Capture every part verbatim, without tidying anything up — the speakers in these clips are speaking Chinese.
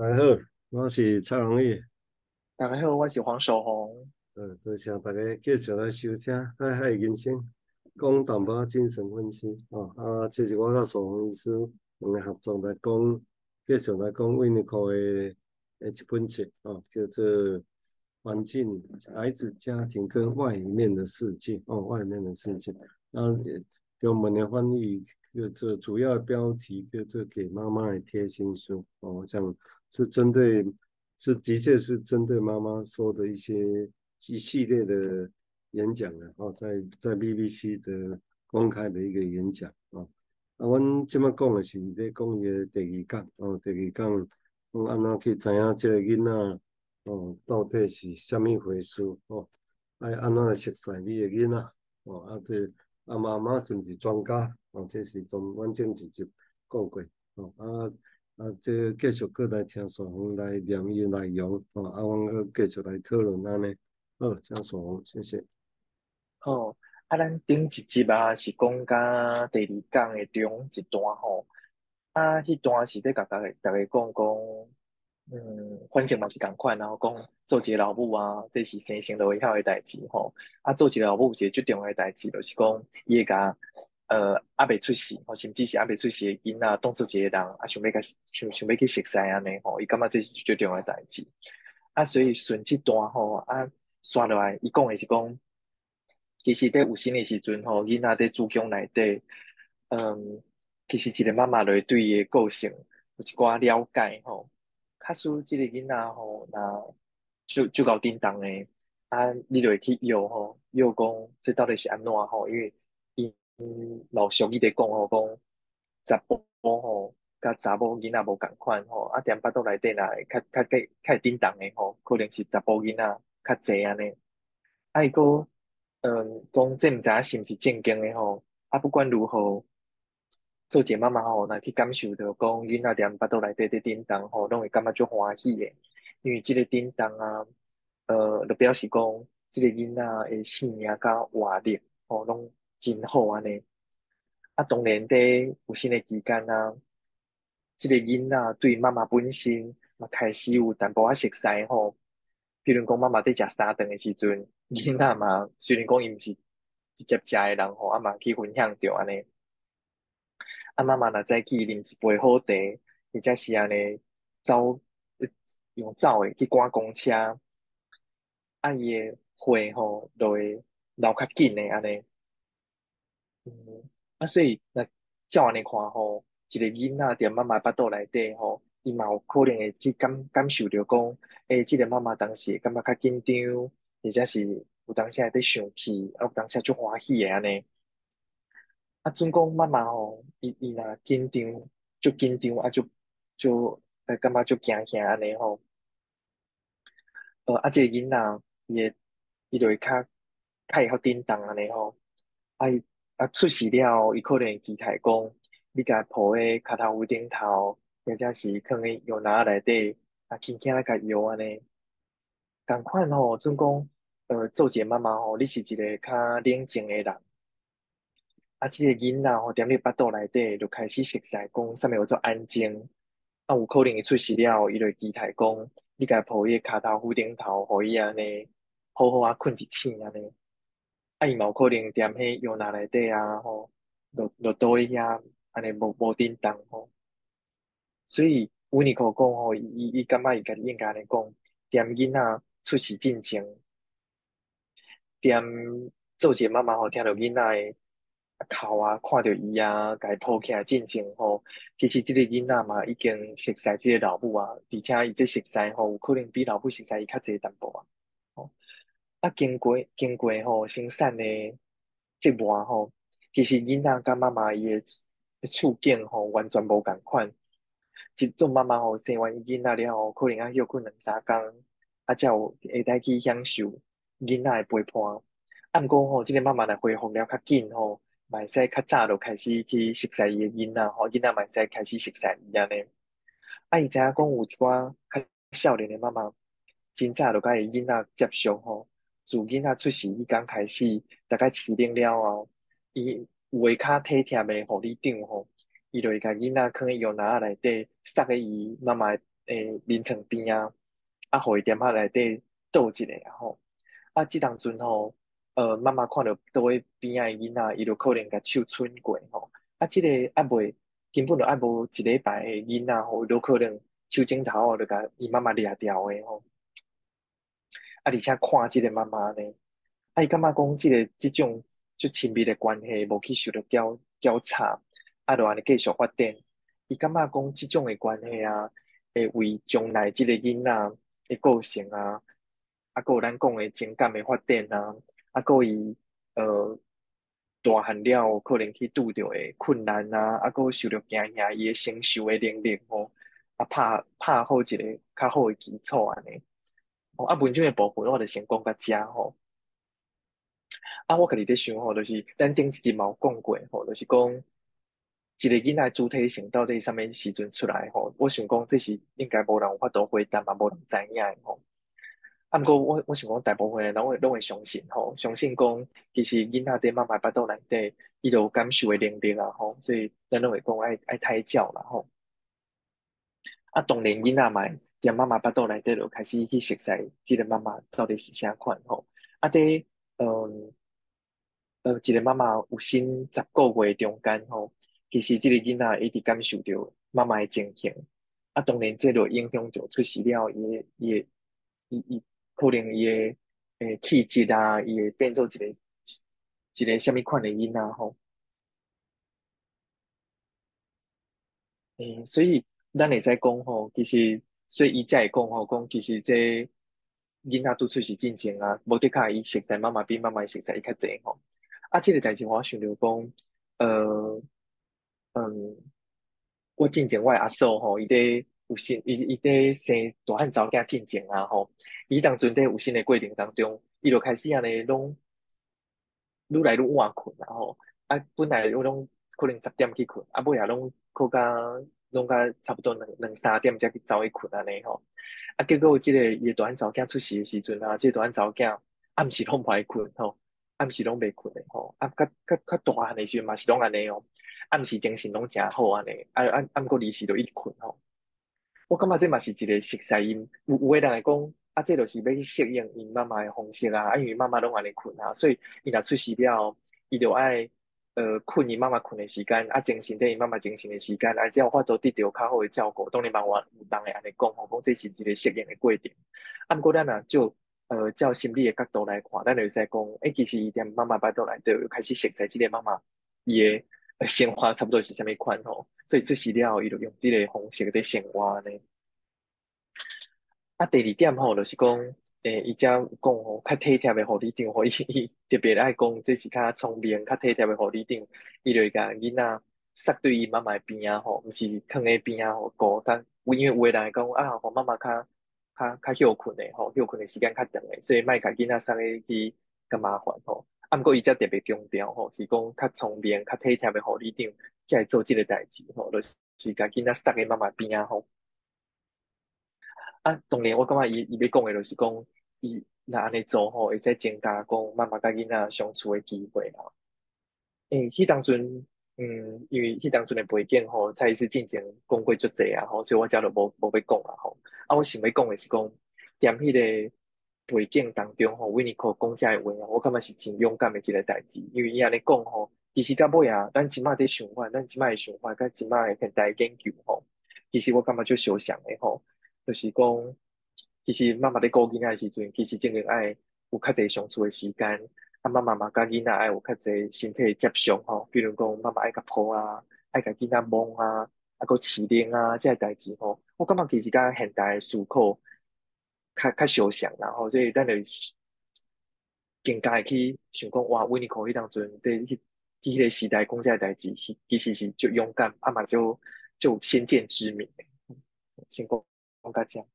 大家好，我是蔡荣义。 大家好，我是黄守宏。 呃，多谢大家继续来收听《海海人生》，讲淡薄仔精神分析哦。啊，这是我甲苏宏医师两个合作来讲，继续来讲维尼科的的一本册哦，叫做《环境、孩子、家庭跟外面的世界》哦，外面的世界。那用我们的翻译叫做主要标题叫做“给妈妈的贴心书”哦，这样是针对。是的确是针对妈妈说的一些一系列的演讲啊，哦，在在 B B C 的公开的一个演讲啊。啊，阮即麦讲的是咧讲伊的第二讲哦，第二讲讲安怎去知影即个囡仔哦到底是虾米回事哦，爱安怎来熟悉你的囡仔哦，啊这啊妈妈甚至专家哦，这是从阮前几集讲过哦啊。啊，这继续过来听双方来念伊内容，哦，啊，阮个继续来讨论安尼。好，请双方，谢谢。 吼，啊，咱顶一集啊是讲甲第二讲的中一段吼，啊，迄段是咧甲大家大家讲讲，嗯，反正嘛是共款，然后讲做一个老母啊，这是生性就会晓的代志吼。啊，做一个老母一个最重要的代志，就是讲伊会甲呃还未出世，或甚至是还未出世的囡仔当做一个人，啊，想要甲想想要去熟悉安尼吼，伊感觉这是最重要的代志。啊，所以顺这段吼，啊，刷落来，伊讲的是讲。其实在有生的时阵吼，囡仔在子宫内底，嗯，其实一个妈妈就会对伊的个性有一寡了解吼。假使即个囡仔吼，那就就搞叮当的，啊，你就会去摇吼，摇讲这到底是安怎吼？因为因老俗语在讲吼，讲查甫吼，甲查某囡仔无共款吼，啊，踮巴肚内底若会较较较较会叮当的吼，可能是查甫囡仔较济安尼。啊，伊个嗯，讲这毋知影是毋是正经的吼，啊，不管如何，做一个妈妈吼，若去感受到讲囡仔踮巴肚内底伫叮当吼，拢会感觉足欢喜的，因为即个叮当啊，呃，就表示讲即个囡仔的性命甲活力吼，拢真好安尼。啊，当然伫有生的期间啊，即个囡仔对妈妈本身嘛开始有淡薄仔熟悉吼，比如讲妈妈在食三顿的时阵，囡仔嘛虽然讲伊毋是直接食的人吼，啊嘛去分享着安尼。啊妈妈若早起啉一杯好茶，或者是安尼走呃用走的去赶公车，啊伊的血吼就会流较紧的安尼。嗯，啊，所以那照安尼看吼，一个囡仔踮妈妈腹肚内底吼，伊嘛有可能会去感感受着讲，诶，即个妈妈当时会感觉较紧张，或者是有当时会伫生气，啊，有当时足欢喜的安尼。啊，准讲妈妈吼，伊伊若紧张，足紧张啊，就就呃感觉足惊吓安尼吼。呃，啊，即个囡仔伊会伊就会较较会晓振动安尼吼。啊，伊啊出事了后，伊可能会期待讲，你甲抱喺脚头位顶头，或者是放喺摇篮内底，啊轻轻来甲摇安尼。共款吼，准讲，呃，做一个妈妈吼，你是一个较冷静的人。啊，即个囡仔吼，踮你腹肚内底就开始熟悉讲，啥物叫做安静。啊，有可能伊出事了后，伊就会期待讲，你甲抱伊骹头躯顶头，互伊安尼好好啊困一醒安尼。啊，伊嘛有可能踮迄摇篮内底啊，吼，落落倒去遐，安尼无无叮当吼。所以维尼口讲吼，伊伊伊感觉伊家己应该安尼讲，踮囡仔出事进前，踮做一个妈妈吼，听到囡仔的哭啊，看到伊啊，家抱起来进前吼，其实即个囡仔嘛已经熟悉即个老母啊，而且伊这熟悉吼，有可能比老母熟悉伊较济淡薄啊。吼啊，经过经过吼生产的折磨吼，其实囡仔甲妈妈伊的处境吼完全无共款。一种妈妈吼生完伊囡仔了后，可能要休困两三工，啊才有会当去享受囡仔的陪伴。啊，毋过吼，即个妈妈若恢复了较紧吼，嘛会使较早就开始去熟悉伊的囡仔吼，囡仔嘛会使开始熟悉伊安尼。啊，伊知影讲有一寡较少年的妈妈，真早就甲伊囡仔接触吼，自囡仔出世迄天开始，大概饲龄了后，伊有诶较体贴诶护理长吼，伊就会甲囡仔放喺摇篮仔内底，塞喺伊妈妈诶眠床边啊，啊，互伊踮仔内底倒一个啊吼。啊，即当阵吼，呃，妈妈看到倒位边仔的囡仔，伊就可能甲手伸过吼。啊，即、个还未根本就还无一礼拜的囡仔吼，都可能手指头哦，就甲伊妈妈掠掉的吼。啊，而且看即个妈妈呢，啊，伊感觉讲即个即种就亲密的关系无去受到搅搅叉，啊，就安尼继续发展。伊感觉讲即种的关系啊，会为将来即个囡仔的个性啊，啊，还有咱讲的情感的发展啊，啊，还有伊呃大汉了可能去拄着的困难啊，啊，还有受着惊吓伊的承受的能力吼，啊，拍拍好一个较好的基础安尼。哦，啊，文章的部分我就先讲到遮吼。啊，我家己在想吼，就是咱顶一集嘛有讲过吼，就是讲一个囡仔的主体性到底啥物时阵出来吼？我想讲这是应该无人有法度回答嘛，无人知影的吼。啊，毋过我我想讲大部分的人拢会拢会相信吼，相信讲其实囡仔伫妈妈腹肚内底，伊就有感受的能力啊吼，所以咱拢会讲爱爱胎教啦吼。啊，当然囡仔嘛，伫妈妈腹肚内底就开始去熟悉即个妈妈到底是啥款吼。啊，伫嗯。呃，一个妈妈有生十个月中间吼，其实这个囡仔一直感受到妈妈的情形，啊，当然这就影响着出世了伊的伊的伊伊可能伊的诶气质啊，伊会变做一个一个什么款的囡仔吼，诶，所以咱会使讲吼，其实所以伊才会讲吼，讲其实这囡仔拄出世进前啊，无的确伊熟悉妈妈比妈妈熟悉伊较济吼。啊，这个代志我想着讲，呃，嗯，我进前我的阿嫂吼，伊伫有生，伊伊伫生大汉查某囝进前啊吼，伊当阵伫有生的过程当中，伊就开始安尼拢愈来愈晚困啊吼，啊，本来我拢可能十点去困，啊，尾也拢靠甲拢甲差不多两两三点才去走去困安尼吼，啊，结果即个伊的大汉查某囝出世的时阵啊，即个大汉查某囝暗时拢歹困吼，暗时拢袂困的吼，啊，较较较大汉的时阵嘛是拢安尼哦，暗时精神拢诚好安尼，啊啊暗过离时就一直困吼。我感觉这嘛是一个熟悉因，有有的人会讲，啊，这就是要去适应因妈妈的方式啊，啊，因为妈妈拢安尼困啊，所以伊若出世了，伊就爱呃困伊妈妈困的时间，啊，精神伫伊妈妈精神的时间，啊，才有法度得到较好的照顾。当然，嘛，有人会安尼讲，吼，讲这是一个适应的过程。啊，毋过咱若就呃照心理的角度来看，咱就会使讲，诶，其实伊踮妈妈巴肚内底就开始熟悉即个妈妈伊的呃生活差不多是啥物款吼，所以出世了后，伊就用即个方式在生活呢。啊，第二点吼，就是讲，诶，伊遮有讲吼，较体贴的护理长吼，伊伊特别爱讲，这是较聪明、较体贴的护理长，伊就会甲囡仔塞对伊妈妈的边啊吼，毋是囥喺边啊吼，顾较，因为有的人会讲啊，互妈妈较较较休困的吼，休困的时间较长的，所以莫甲囡仔塞去去较麻烦吼。啊，毋过伊则特别强调吼，是讲较聪明、较体贴的护理长，才会做即个代志吼，就是甲囡仔塞喺妈妈边啊吼。啊，当然，我感觉伊伊要讲的就是讲，伊若安尼做吼，会使增加讲妈妈甲囡仔相处的机会啦。诶，迄当阵，嗯，因为迄当阵的背景吼，蔡医师进前讲过足济啊吼，所以我遮就无无要讲啊吼。啊，我想要讲的是讲，踮迄个背景当中吼，维尼可讲遮的话啊，我感觉是真勇敢的一个代志。因为伊安尼讲吼，其实到尾啊，咱即摆伫想法，咱即摆的想法，甲即摆的现代研究吼，其实我感觉就相像的吼。就是讲，其实妈妈在顾囡仔的时阵，其实真正爱有较侪相处的时间。啊，妈妈嘛甲囡仔爱有较侪身体的接触吼，比如讲妈妈爱甲抱啊，爱甲囡仔摸啊，啊个饲奶啊，这些代志吼，我感觉其实甲现代的思考较较相像啦吼，所以咱就更加会去想讲，哇，维尼可迄当阵伫迄伫迄个时代讲这些代志，是其实是就勇敢，啊嘛就就先见之明的，先讲讲到这。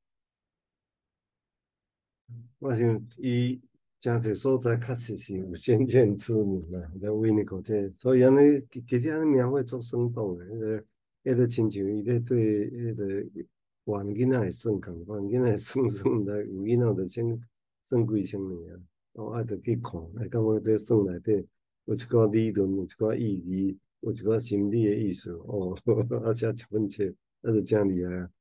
我想伊诚济所在确实是有先见之明啦，在为你讲这，所以安尼其其实安尼描绘足生动诶，迄个迄个亲像伊咧对迄个原囡仔会算共款，囡仔会算算来，有囡仔就先算几千年啊，哦，爱着去看，来感觉这算内底有一寡理论，有一寡意义，有一寡心理诶意思，哦，啊写一本册，那就真厉害啊！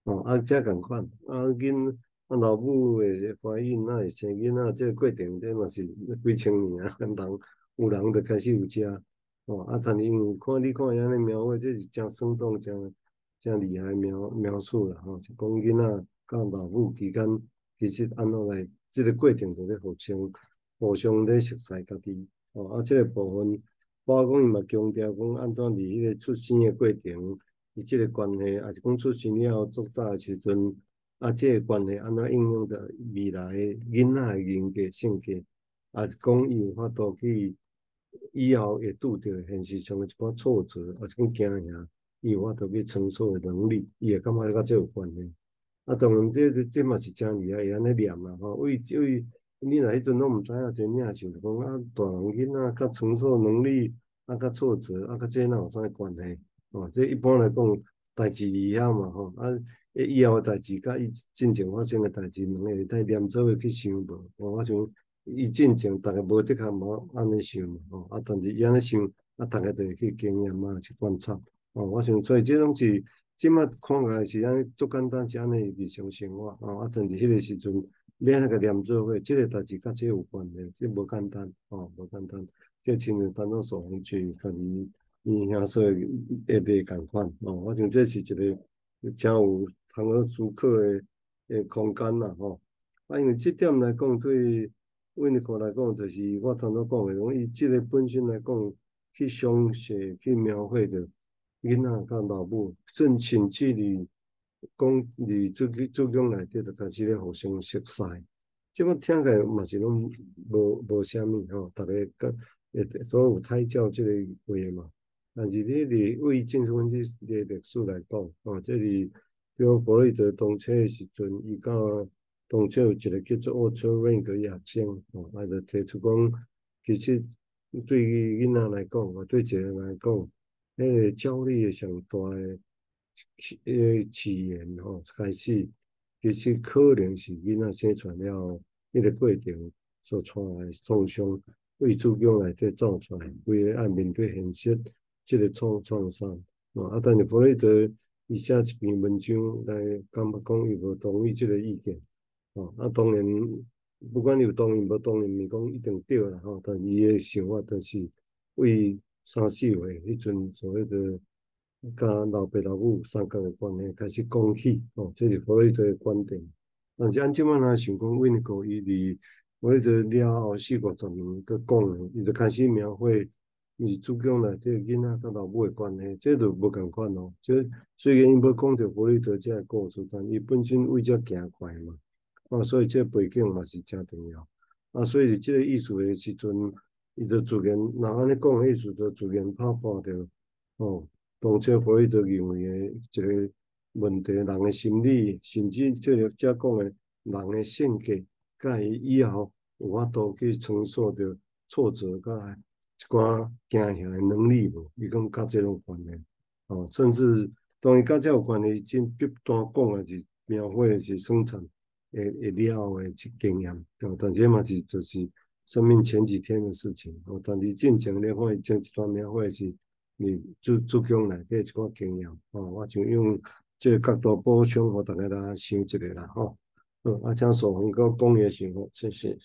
哦，啊，遮共款，啊，囡啊老母会怀孕，那会生囡仔，这个过程这嘛是几千年啊，人有人就开始有食，哦，啊，但是因为看你看伊安尼描绘，这是真生动、真真厉害的描描述啦，吼、就讲囡仔甲老母之间其实安怎来，这个过程就咧互相互相咧熟悉家己，哦，啊，这个部分，包括讲伊嘛强调讲安怎伫迄个出生的过程。伊即个关系，也是讲出生了后做大的时阵，啊，即个关系安怎应用到未来的囡仔的人格性格，也是讲伊有法度去以后会拄着现实上的一寡挫折，啊，是讲惊吓，伊有法度去承受的能力，伊会感觉甲这有关系。啊，当然这这这嘛是真厉害，会安尼念啦吼。为为你若迄阵拢毋知影真正想着讲啊，大人囡仔甲承受能力啊，甲挫折啊，甲这哪有啥关系？哦，这一般来讲，代志而晓嘛吼，啊，以后代志甲伊进前发生诶代志，两个会当连做伙去想无？哦，我想伊进前逐个无的确无安尼想嘛吼，啊，但是伊安尼想，啊，逐个就会去经验嘛，去观察。哦，我想所以这拢是即摆看起来是安尼足简单，是安尼日常生活。哦，啊，但是迄个时阵要安尼个连做伙，即个代志甲这有关系，这无简单，哦，无简单。这亲像当作所方去家己。伊兄说会袂共款哦，我想这是一个真有通好思考的的空间啦吼。啊，因为这点来讲，对温尼科来讲，就是我头拄讲的，讲伊这个本身来讲，去详细去描绘着囡仔甲老母，甚甚至于讲伫这个这种内底，就开始咧互相熟悉。即摆听起来嘛是拢无无啥物吼，逐个个诶，所有胎教即个话嘛。但是你伫为精神分析的历史来讲，哦，这里比如弗洛伊德当初的时阵，伊甲当初有一个叫做奥特瑞格学生，哦，啊，就提出讲，其实对于囡仔来讲，啊，对一个人来讲，迄个焦虑的上大的起呃起源吼，开始其实可能是囡仔生出来了，迄个过程所带来的创伤，为子宫内底造出来，为了爱面对现实。即个创创伤，啊，啊，但是弗洛伊德伊写一篇文章来感觉讲伊无同意即个意见，哦，啊，当然不管有同意无同意，毋是讲一定对啦，吼，但伊诶想法就是为三四岁迄阵所谓的甲老爸老母三角诶关系开始讲起，哦，这是弗洛伊德诶观点。但是按即摆若想讲，维尼狗伊伫弗洛伊德了后四五十年，佮讲，伊就开始描绘。伊主讲内底囡仔甲老母诶关系，这就无共款咯。这虽然伊要讲着弗洛伊德这个故事，但伊本身为遮行过嘛，啊，所以这背景嘛是真重要。啊，所以伫即个意思诶时阵，伊就自然，若安尼讲诶意思，就自然拍破着哦。当初弗洛伊德认为诶一个问题，人诶心理，甚至即个遮讲诶人诶性格，甲伊以后有法度去承受着挫折，甲一寡惊吓的能力无，伊讲甲这种关系，哦，甚至当伊甲这有关系，真极端讲的是描绘的是生产会会了后的经验，哦，但这嘛是就是生命前几天的事情，哦，但是进前咧看伊前一段描绘是你主主讲内底一寡经验，哦，我就用这个角度补充，互大家来想一下啦，吼，好，啊，请所恒哥讲伊的想法，谢谢。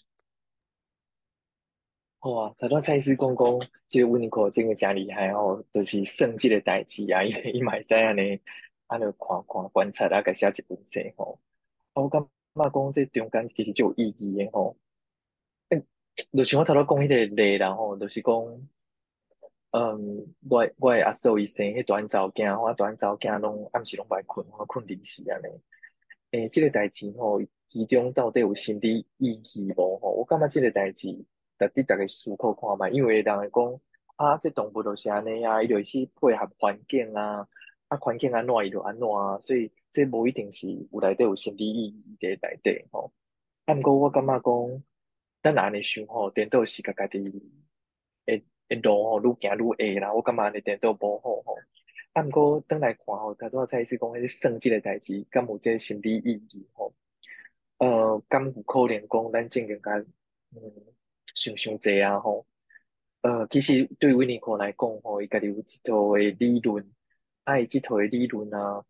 哇，头拄蔡司讲讲，即个温尼科真个真厉害吼，就是算即个代志啊，伊伊嘛会使安尼，安尼看看观察啊，甲写一本册吼。啊，我感觉讲这中间其实就有意义的吼。诶，就像我头拄讲迄个例啦吼，就是讲，嗯，我我的阿嫂伊生迄段查某囝，我段查某囝拢暗时拢歹困，我困零时安尼。诶，即个代志吼，其中到底有心理意义无吼？我感觉即个代志，值得大家思考看觅，因为人会讲啊，这动物就是安尼啊，伊就是配合环境啊，啊环境安怎伊就安怎啊，所以这无一定是有内底有心理意义伫内底吼。啊，毋过我感觉讲，咱若安尼想吼，颠倒是甲家己会会路吼愈行愈下啦，我感觉安尼颠倒无好吼。啊，毋过转来看吼，头拄仔蔡司讲迄个算即个代志，敢有这个心理意义吼？呃，敢有可能讲咱正经甲嗯想伤济啊吼？呃，其实对维尼科来讲吼，伊家己有一套诶理论，啊，伊即套诶理论啊。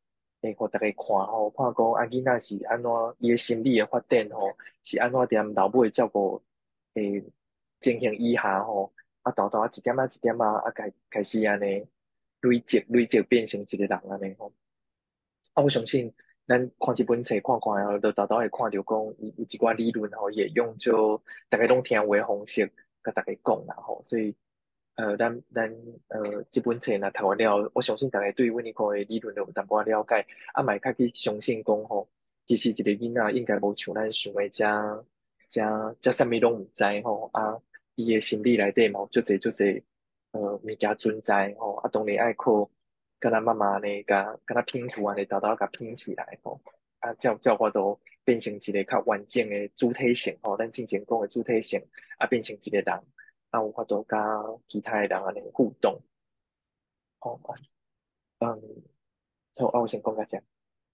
诶，互大家看吼，看讲啊囡仔是安怎，伊诶心理诶发展吼，是安怎踮老母诶照顾诶情形以下吼，啊，豆豆啊一点啊一点啊啊开开始安尼累积累积变成一个人安尼吼。啊，我相信咱看这本册看看后，就豆豆会看到讲有有一寡理论吼，也用就大家拢听话的方式甲大家讲啦吼，所以呃，咱咱呃这本册若读完了，我相信大家对温尼科的理论就有淡薄仔了解，啊，嘛会较去相信讲吼，其实一个囡仔应该无像咱想的遮遮遮啥物拢毋知吼，啊，伊的心理内底嘛有足侪足侪呃物件存在吼，啊，当然爱靠。跟他妈妈呢，甲跟他拼图啊，你豆豆甲拼起来吼，啊，叫叫我都变成一个较完整的主体性吼，咱之前讲的主体性啊，变成一个人，啊，有法度甲其他的人安尼互动，吼，嗯，好，啊，我先讲到这。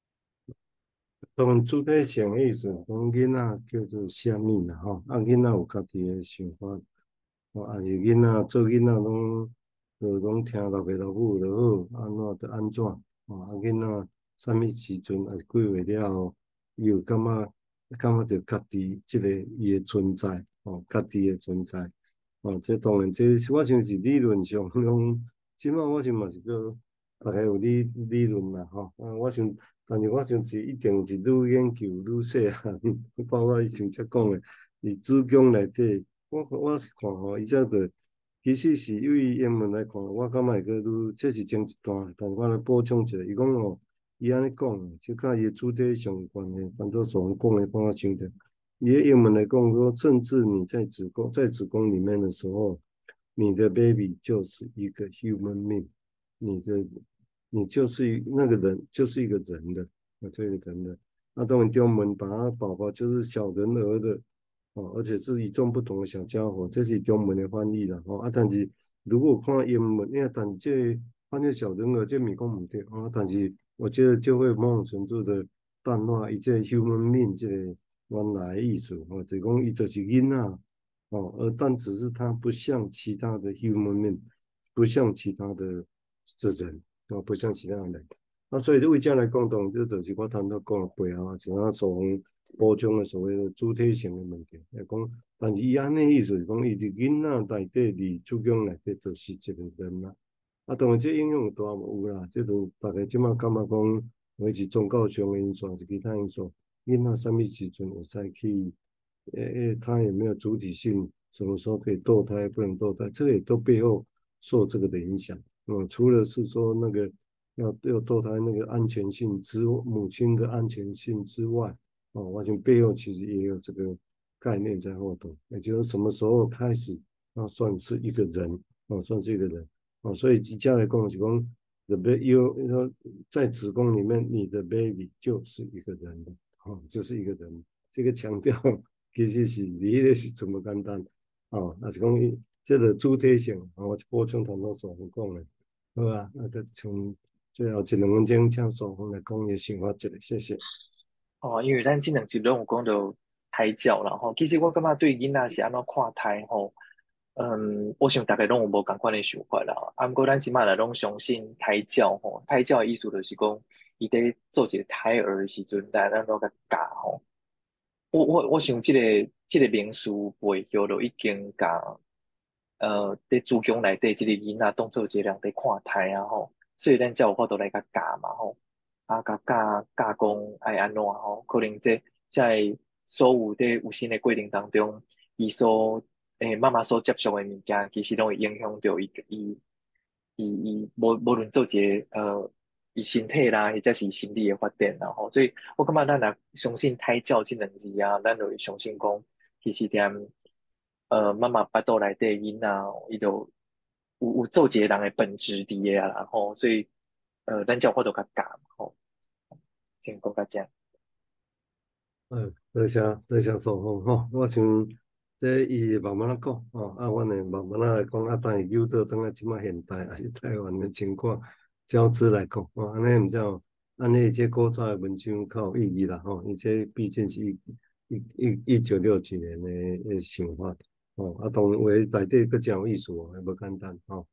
当主体性的意思，讲囡仔叫做啥物啦吼，啊囡仔有家己的想法，吼，啊是囡仔做囡仔拢就讲听老爸老母就好，安怎就安怎，吼，啊囡仔啥物时阵啊是几岁了后，伊有感觉感觉着家己即个伊的存在，吼，家己的存在，吼，这当然这我想是理论上拢，即摆我想嘛是个大概有理理论啦，吼，啊我想。但是我想是一定是愈研究愈细汉，包括伊像则讲的，伊子宫内底，我我是看吼，伊则着其实是由于英文来看，我感觉会个愈这是前一段，但我来补充一下，伊讲吼，伊安尼讲，就甲伊的主题相关的，当做所讲的，帮我想着，伊的英文来讲说，甚至你在子宫在子宫里面的时候，你的 baby 就是一个 human being，你的你就是那个人，就是一个人的，啊，这个人的。那当然，中文把他宝宝就是小人儿的，哦，而且是与众不同的小家伙，这是中文的翻译了，哦啊，但是如果看英文，因为但这翻译小人儿这米讲唔对啊，但是我觉得就会某种程度的淡化一这 human being 这个原来的意思，哦，就讲伊就是囡仔，哦，而但只是他不像其他的 human being，不像其他的的人。哦，不像其他人。那所以为这样来讲，当这就是我头头讲的背后，就咱所补充的所谓的主体性的问题。来讲，但是伊安尼意思是讲，伊伫囡仔内底伫子宫内底就是一个人啦。啊，当然这应用有大有啦，这都大概即马感觉讲，或是宗教上的因素，还是其他因素，囡仔什么时阵会使去？诶诶，他有没有主体性？什么时候可以堕胎，不能堕胎？这个也都背后受这个的影响。嗯，除了是说那个要要堕胎那个安全性之母亲的安全性之外，哦，完全背后其实也有这个概念在后头，也就是什么时候开始，那算是一个人，哦，算是一个人，哦，所以即将来讲是讲，the baby，说在子宫里面，你的 baby 就是一个人的，哦，就是一个人，这个强调其实是你的是这么简单，哦，那是讲这个主体性，我补充头头所讲的。好啊，那就从最后一两分钟，请双方来讲伊想法一下，谢谢。 哦，因为咱这两集拢有讲到胎教啦吼，其实我感觉对囡仔是安怎看胎吼，嗯，我想大概拢有无共款的想法啦。啊，毋过咱即摆来拢相信胎教吼，胎教的意思就是讲，伊在做一个胎儿的时阵，咱咱都甲教吼。我我我想即、这个即、这个名词背后就已经甲呃，在子宫内底即个囡仔当做一个人在看胎啊吼，所以咱才有法度来甲教嘛吼，啊甲教教讲爱安怎吼，可能这在所有的有生的过程当中，伊所诶妈妈所接受的物件，其实拢会影响到伊伊伊伊无无论做一个呃伊身体啦，或者是心理的发展啦吼，所以我感觉咱若相信胎教这两字啊，咱就会相信讲，其实踮呃妈妈腹肚内底囡仔，伊就有有做一个人的本质伫诶啊，然后所以呃咱才有法度甲教嘛吼，先讲到这。 嗯，多谢多谢双方吼，我想这伊慢慢仔讲吼，啊，阮会慢慢仔来讲，啊，等伊诱导等下即马现代还是台湾的情况交织来讲，哦，安尼毋知哦，安尼这古早的文章较有意义啦吼，伊这毕竟是一一一一九六几年的的想法，哦，啊，当然话内底佫真有意思哦，还无简单吼。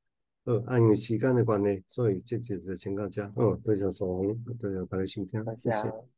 好，啊，因为时间的关系，所以这集就先到这。哦，多谢苏红，多谢大家收听， 大家。 谢谢。